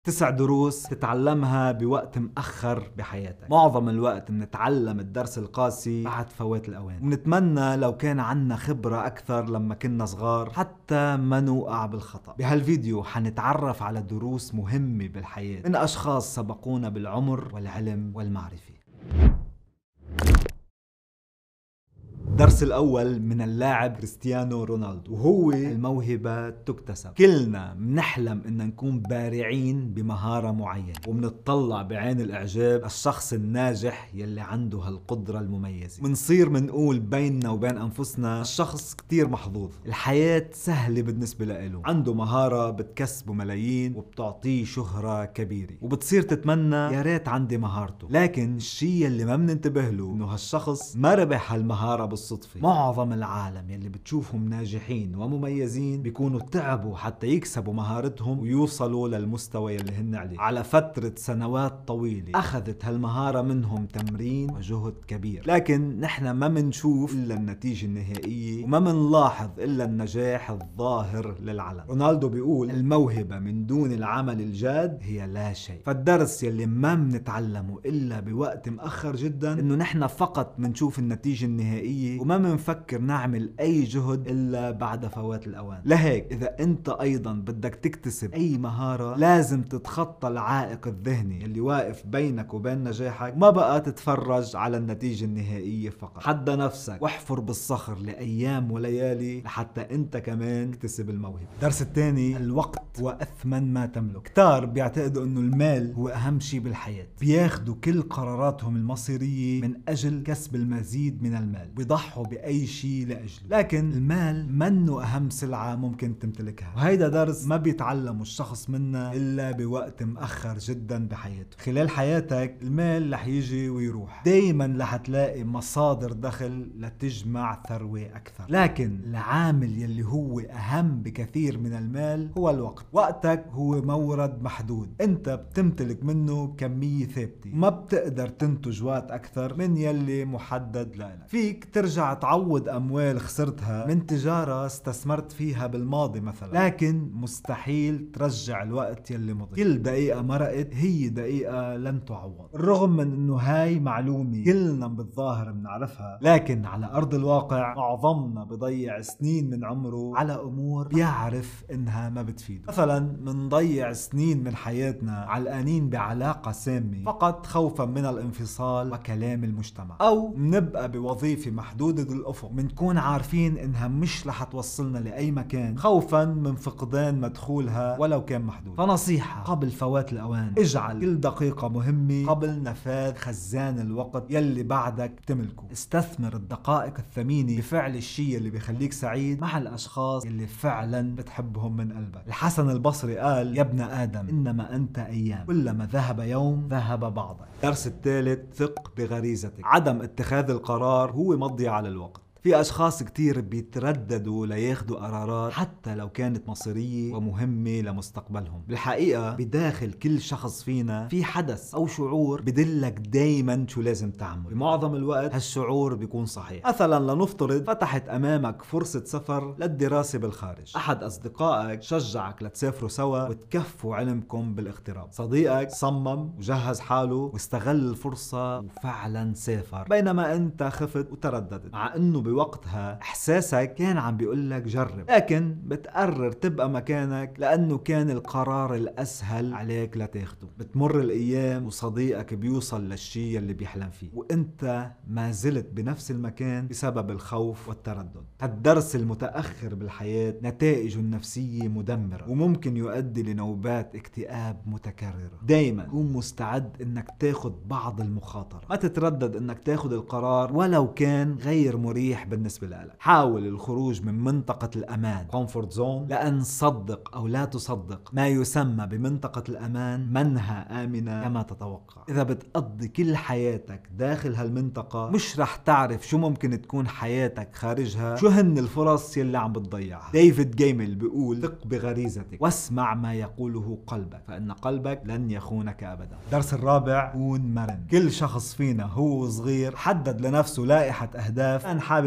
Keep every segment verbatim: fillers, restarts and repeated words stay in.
تسع دروس تتعلمها بوقت مأخر بحياتك. معظم الوقت بنتعلم الدرس القاسي بعد فوات الأوان، ونتمنى لو كان عنا خبرة أكثر لما كنا صغار حتى ما نوقع بالخطأ. بهالفيديو حنتعرف على دروس مهمة بالحياة من أشخاص سبقونا بالعمر والعلم والمعرفة. الدرس الأول من اللاعب كريستيانو رونالدو، وهو الموهبة تكتسب. كلنا منحلم إن نكون بارعين بمهارة معينة، ومنتطلع بعين الإعجاب الشخص الناجح يلي عنده هالقدرة المميزة. منصير منقول بيننا وبين أنفسنا الشخص كتير محظوظ، الحياة سهلة بالنسبة له، عنده مهارة بتكسبه ملايين وبتعطيه شهرة كبيرة، وبتصير تتمنى يا ريت عندي مهارته. لكن الشيء اللي ما مننتبه له إنه هالشخص ما ربح هالمهارة بالصدفة. معظم العالم يلي بتشوفهم ناجحين ومميزين بيكونوا تعبوا حتى يكسبوا مهارتهم ويوصلوا للمستوى يلي هن عليه على فترة سنوات طويلة. أخذت هالمهارة منهم تمرين وجهد كبير، لكن نحن ما منشوف إلا النتيجة النهائية وما منلاحظ إلا النجاح الظاهر للعلن. رونالدو بيقول الموهبة من دون العمل الجاد هي لا شيء. فالدرس يلي ما منتعلمه إلا بوقت مأخر جدا إنه نحن فقط منشوف النتيجة النهائية وما منفكر نعمل أي جهد إلا بعد فوات الأوان. لهيك إذا أنت أيضا بدك تكتسب أي مهارة لازم تتخطى العائق الذهني اللي واقف بينك وبين نجاحك، ما بقى تتفرج على النتيجة النهائية فقط. حدى نفسك واحفر بالصخر لأيام وليالي لحتى أنت كمان تكتسب الموهبة. الدرس الثاني، الوقت هو أثمن ما تملك. كتار بيعتقدوا أنه المال هو أهم شيء بالحياة، بياخدوا كل قراراتهم المصيرية من أجل كسب المزيد من المال، بيضحوا بأي شيء لأجله. لكن المال منه أهم سلعة ممكن تمتلكها، وهيدا درس ما بيتعلمه الشخص منا إلا بوقت مأخر جدا بحياته. خلال حياتك المال رح يجي ويروح، دايما رح تلاقي مصادر دخل لتجمع ثروة أكثر، لكن العامل يلي هو أهم بكثير من المال هو الوقت. وقتك هو مورد محدود، أنت بتمتلك منه كمية ثابتة، وما بتقدر تنتج وقت أكثر من يلي محدد لك. فيك ترجع تعوض أموال خسرتها من تجارة استثمرت فيها بالماضي مثلا، لكن مستحيل ترجع الوقت يلي مضي. كل دقيقة مرقت هي دقيقة لن تعوض. الرغم من انه هاي معلومة كلنا بالظاهر بنعرفها، لكن على أرض الواقع معظمنا بضيع سنين من عمره على أمور بيعرف انها ما بتفيد. مثلا منضيع سنين من حياتنا علقانين بعلاقة سامة فقط خوفا من الانفصال وكلام المجتمع، أو منبقى بوظيفة محدودة الأفق منكون عارفين إنها مش رح توصلنا لأي مكان خوفا من فقدان مدخولها ولو كان محدود. فنصيحة قبل فوات الأوان، اجعل كل دقيقة مهمة قبل نفاذ خزان الوقت يلي بعدك تملكه. استثمر الدقائق الثمينة بفعل الشيء اللي بيخليك سعيد مع الأشخاص يلي فعلا بتحبهم من قلبك. الحسن البصري قال يا ابن آدم إنما أنت أيام، كلما ذهب يوم ذهب بعضك. الدرس الثالث، ثق بغريزتك. عدم اتخاذ القرار هو مضيعة على الوقت. في أشخاص كتير بيترددوا لياخدوا قرارات حتى لو كانت مصيرية ومهمة لمستقبلهم. بالحقيقة بداخل كل شخص فينا في حدث أو شعور بدلك دايما شو لازم تعمل. بمعظم الوقت هالشعور بيكون صحيح. مثلا لنفترض فتحت أمامك فرصة سفر للدراسة بالخارج، أحد أصدقائك شجعك لتسافروا سوا وتكفوا علمكم بالاغتراب. صديقك صمم وجهز حاله واستغل الفرصة وفعلا سافر، بينما أنت خفت وترددت، مع أنه بوقتها إحساسك كان عم بيقولك جرب، لكن بتقرر تبقى مكانك لأنه كان القرار الأسهل عليك لتاخده. بتمر الأيام وصديقك بيوصل للشيء اللي بيحلم فيه، وإنت ما زلت بنفس المكان بسبب الخوف والتردد. الدرس المتأخر بالحياة نتائجه النفسية مدمرة وممكن يؤدي لنوبات اكتئاب متكررة. دايما كون مستعد إنك تاخد بعض المخاطرة، ما تتردد إنك تاخد القرار ولو كان غير مريح بالنسبة لك. حاول الخروج من منطقة الأمان comfort zone، لأن صدق أو لا تصدق ما يسمى بمنطقة الأمان منها آمنة كما تتوقع. إذا بتقضي كل حياتك داخل هالمنطقة مش رح تعرف شو ممكن تكون حياتك خارجها، شو هن الفرص يلي عم بتضيعها. ديفيد جيمل بيقول ثق بغريزتك واسمع ما يقوله قلبك فإن قلبك لن يخونك أبدا. الدرس الرابع، كون مرن. كل شخص فينا هو صغير حدد لنفسه لائحة أهداف كان حابب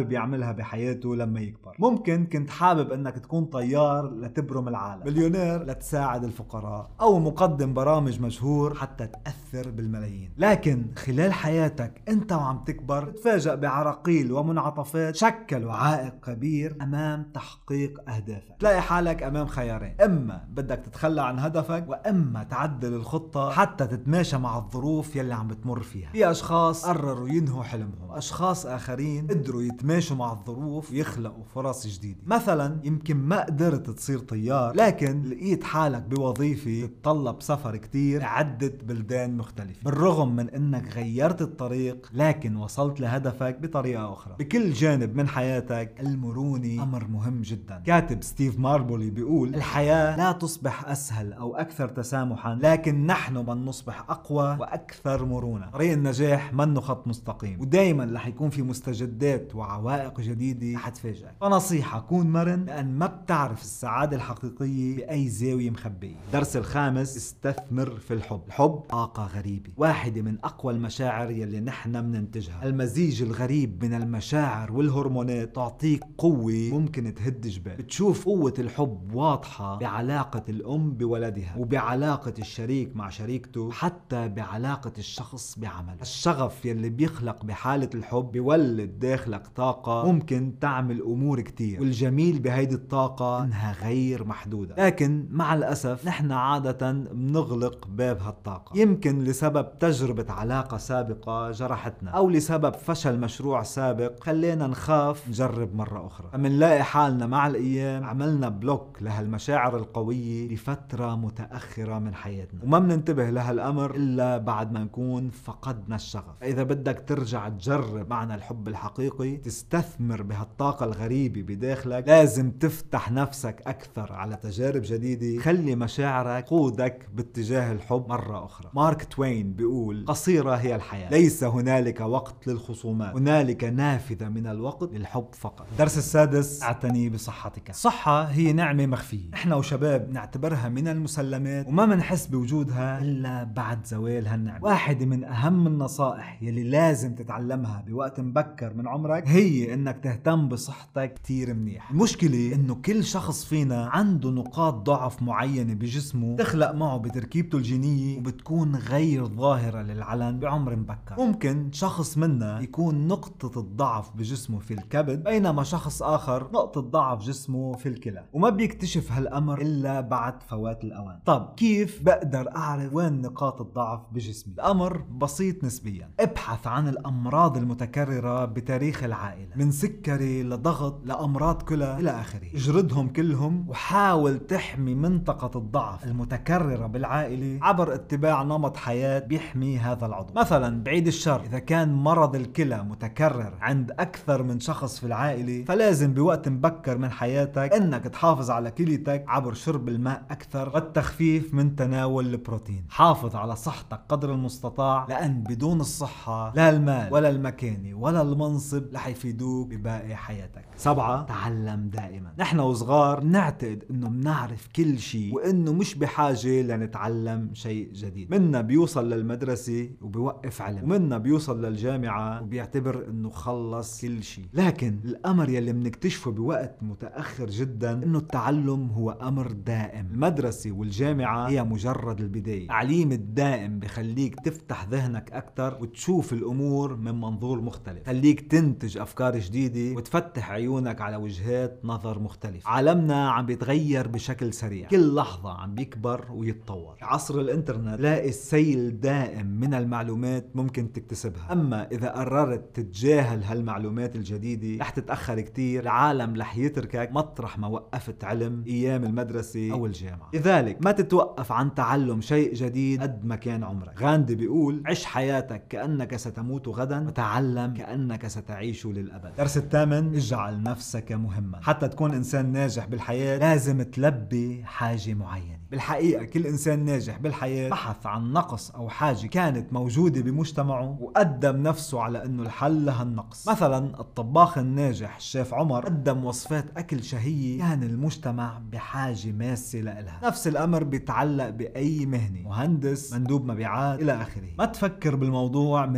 حابب يعملها بحياته لما يكبر. ممكن كنت حابب انك تكون طيار لتبرم العالم، مليونير لتساعد الفقراء، او مقدم برامج مشهور حتى تأثر بالملايين. لكن خلال حياتك انت وعم تكبر تتفاجأ بعراقيل ومنعطفات شكلوا عائق كبير امام تحقيق اهدافك. تلاقي حالك امام خيارين، اما بدك تتخلى عن هدفك، واما تعدل الخطة حتى تتماشى مع الظروف يلي عم بتمر فيها. في اشخاص قرروا ينهوا حلمهم، اشخاص اخرين قدروا يتماشوا مع الظروف ويخلقوا فرص جديدة. مثلا يمكن ما قدرت تصير طيار، لكن لقيت حالك بوظيفة تتطلب سفر كتير لعدة بلدان مختلفة. بالرغم من انك غيرت الطريق لكن وصلت لهدفك بطريقة اخرى. بكل جانب من حياتك المرونة امر مهم جدا. كاتب ستيف ماربولي بيقول: الحياة لا تصبح اسهل او اكثر تسامحا، لكن نحن من نصبح اقوى واكثر مرونة. طريق النجاح منه خط مستقيم، ودايما رح يكون في مستجدات وعوائق جديدة رح تفاجئك. فنصيحة: كون مرن، لان ما بتعرف السعادة الحقيقية باي زاوية مخبية. الدرس الخامس: استثمر في الحب. الحب طاقة غريبة، واحدة من اقوى المشاعر يلي نحن بننتجها. المزيج الغريب من المشاعر والهرمونات تعطيك قوة ممكن تهد جبال. بتشوف قوة الحب واضحة بعلاقة الام بولدها، وبعلاقة الشريك مع شريكته، حتى بعلاقة الشخص بعمل. الشغف يلي بيخلق بحالة الحب بيولد داخلك طاقة ممكن تعمل امور كتير، والجميل بهيدي الطاقة انها غير محدودة. لكن مع الاسف نحن عادة بنغلق باب هالطاقة، يمكن لسبب تجربة علاقة سابقة جرحتنا، او لسبب فشل مشروع سابق خلينا نخاف نجرب مرة اخرى. فمنلاقي حالنا مع الايام عملنا بلوك لهالمشاعر القوية لفترة متأخرة من حياتنا، وما بننتبه لهالامر الا بعد ما نكون فقدنا الشغف. فاذا بدك ترجع تجرب معنى الحب الحقيقي، تستثمر بهالطاقة الغريبة بداخلك، لازم تفتح نفسك اكثر على تجارب جديدة. خلي مشاعرك قودك باتجاه الحب مرة اخرى. مارك توين بيقول: قصيرة هي الحياة، ليس هنالك وقت للخصومات، هنالك نافذة من الوقت للحب فقط. الدرس السادس: اعتني بصحتك. الصحة هي نعمة مخفية، احنا وشباب نعتبرها من المسلمات وما منحس بوجودها الا بعد زوال هالنعمة. واحدة من اهم النصائح يلي لازم تتعلمها بوقت مبكر من عمرك هي انك تهتم بصحتك كتير منيح. المشكلة انه كل شخص فينا عنده نقاط ضعف معينة بجسمه تخلق معه بتركيبته الجينية وبتكون غير ظاهرة للعلن بعمر مبكر. ممكن شخص منا يكون نقطة الضعف بجسمه في الكبد، بينما شخص آخر نقطة ضعف جسمه في الكلى، وما بيكتشف هالأمر إلا بعد فوات الأوان. طب كيف بقدر أعرف وين نقاط الضعف بجسمي؟ الأمر بسيط نسبيا. ابحث عن الأمراض المتكررة بتاريخ العائلة، من سكري لضغط لأمراض كلى إلى آخره. اجردهم كلهم وحاول تحمي منطقة الضعف المتكررة بالعائلة عبر اتباع نمط حياة بيحمي هذا العضو. مثلا بعيد الشر، إذا كان مرض الكلى متكرر عند أكثر من شخص في العائلة، فلازم بوقت مبكر من حياتك إنك تحافظ على كليتك عبر شرب الماء أكثر والتخفيف من تناول البروتين. حافظ على صحتك قدر المستطاع، لأن بدون الصحة لا المال ولا المكانة ولا المنصب رح يفيدوك بباقي حياتك. سبعة: تعلم دائما. نحن وصغار نعتقد إنه بنعرف كل شيء وإنه مش بحاجة لنتعلم شيء جديد. منا بيوصل للمدرسة وبيوقف علم، ومنا بيوصل للجامعة وبيعتبر إنه خلص كل شيء. لكن الأمر يلي بنكتشفه بوقت متأخر جدا إنه التعلم هو أمر دائم. المدرسة والجامعة هي مجرد البداية. التعليم الدائم بخليك تفتح ذهنك أكثر وتشوف الأمور من منظور مختلف، خليك تنتج أفكار جديدة وتفتح عيونك على وجهات نظر مختلفة. عالمنا عم بيتغير بشكل سريع، كل لحظة عم بيكبر ويتطور. في عصر الإنترنت لاقي سيل دائم من المعلومات ممكن تكتسبها، أما إذا قررت تتجاهل هالمعلومات الجديدة رح تتأخر كتير. العالم رح يتركك مطرح ما وقفت علم أيام المدرسة أو الجامعة. لذلك ما تتوقف عن تعلم شيء جديد قد ما كان عمرك. غاندي بيقول: عش حياتك كأنك ستموت غدا، وتعلم كأنك ستعيش للأبد. درس الثامن: اجعل نفسك مهما. حتى تكون إنسان ناجح بالحياة لازم تلبي حاجة معينة. بالحقيقة كل إنسان ناجح بالحياة بحث عن نقص أو حاجة كانت موجودة بمجتمعه وقدم نفسه على إنه الحل لهالنقص. مثلا الطباخ الناجح الشيف عمر قدم وصفات أكل شهية كان المجتمع بحاجة ماسة لإلها. نفس الأمر بيتعلق بأي مهنة، مهندس، مندوب مبيعات إلى آخره. ما تفكر بالموضوع من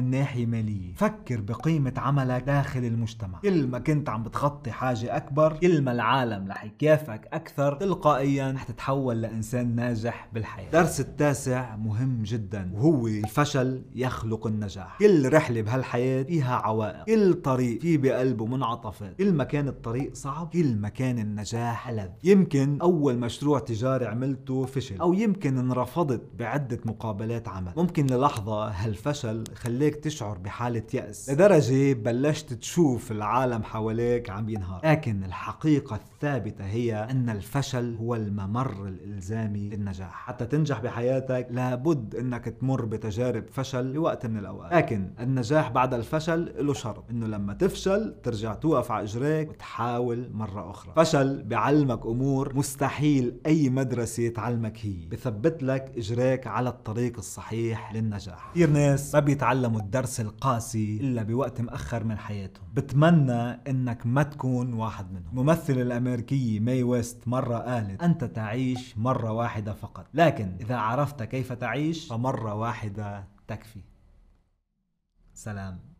من ناحية مالية. فكر بقيمة عملك داخل المجتمع. كل ما كنت عم بتغطي حاجة أكبر، كل ما العالم رح يكافئك أكثر، تلقائيا رح تتحول لإنسان ناجح بالحياة. الدرس التاسع مهم جدا، وهو الفشل يخلق النجاح. كل رحلة بهالحياة فيها عوائق، كل طريق فيه بقلبه منعطفات. كل ما كان الطريق صعب، كل ما كان النجاح ألذ. يمكن أول مشروع تجاري عملته فشل، أو يمكن انرفضت بعدة مقابلات عمل. ممكن للحظة هالفشل خليك تشعر بحالة يأس، لدرجة بلشت تشوف العالم حواليك عم ينهار. لكن الحقيقة الثابتة هي أن الفشل هو الممر الإلزامي للنجاح. حتى تنجح بحياتك لابد أنك تمر بتجارب فشل لوقت من الأوقات. لكن النجاح بعد الفشل له شرط، أنه لما تفشل ترجع توقف على إجريك وتحاول مرة أخرى. فشل بيعلمك أمور مستحيل أي مدرسة تعلمك هي، بثبت لك إجريك على الطريق الصحيح للنجاح. كثير ناس ما بيتعلموا الدرس القاسي إلا بوقت مأخر من حياتهم. بتمنى أنك ما تكون واحد منهم. الممثلة الأمريكية ماي ويست مرة قالت: أنت تعيش مرة واحدة فقط، لكن إذا عرفت كيف تعيش فمرة واحدة تكفي. سلام.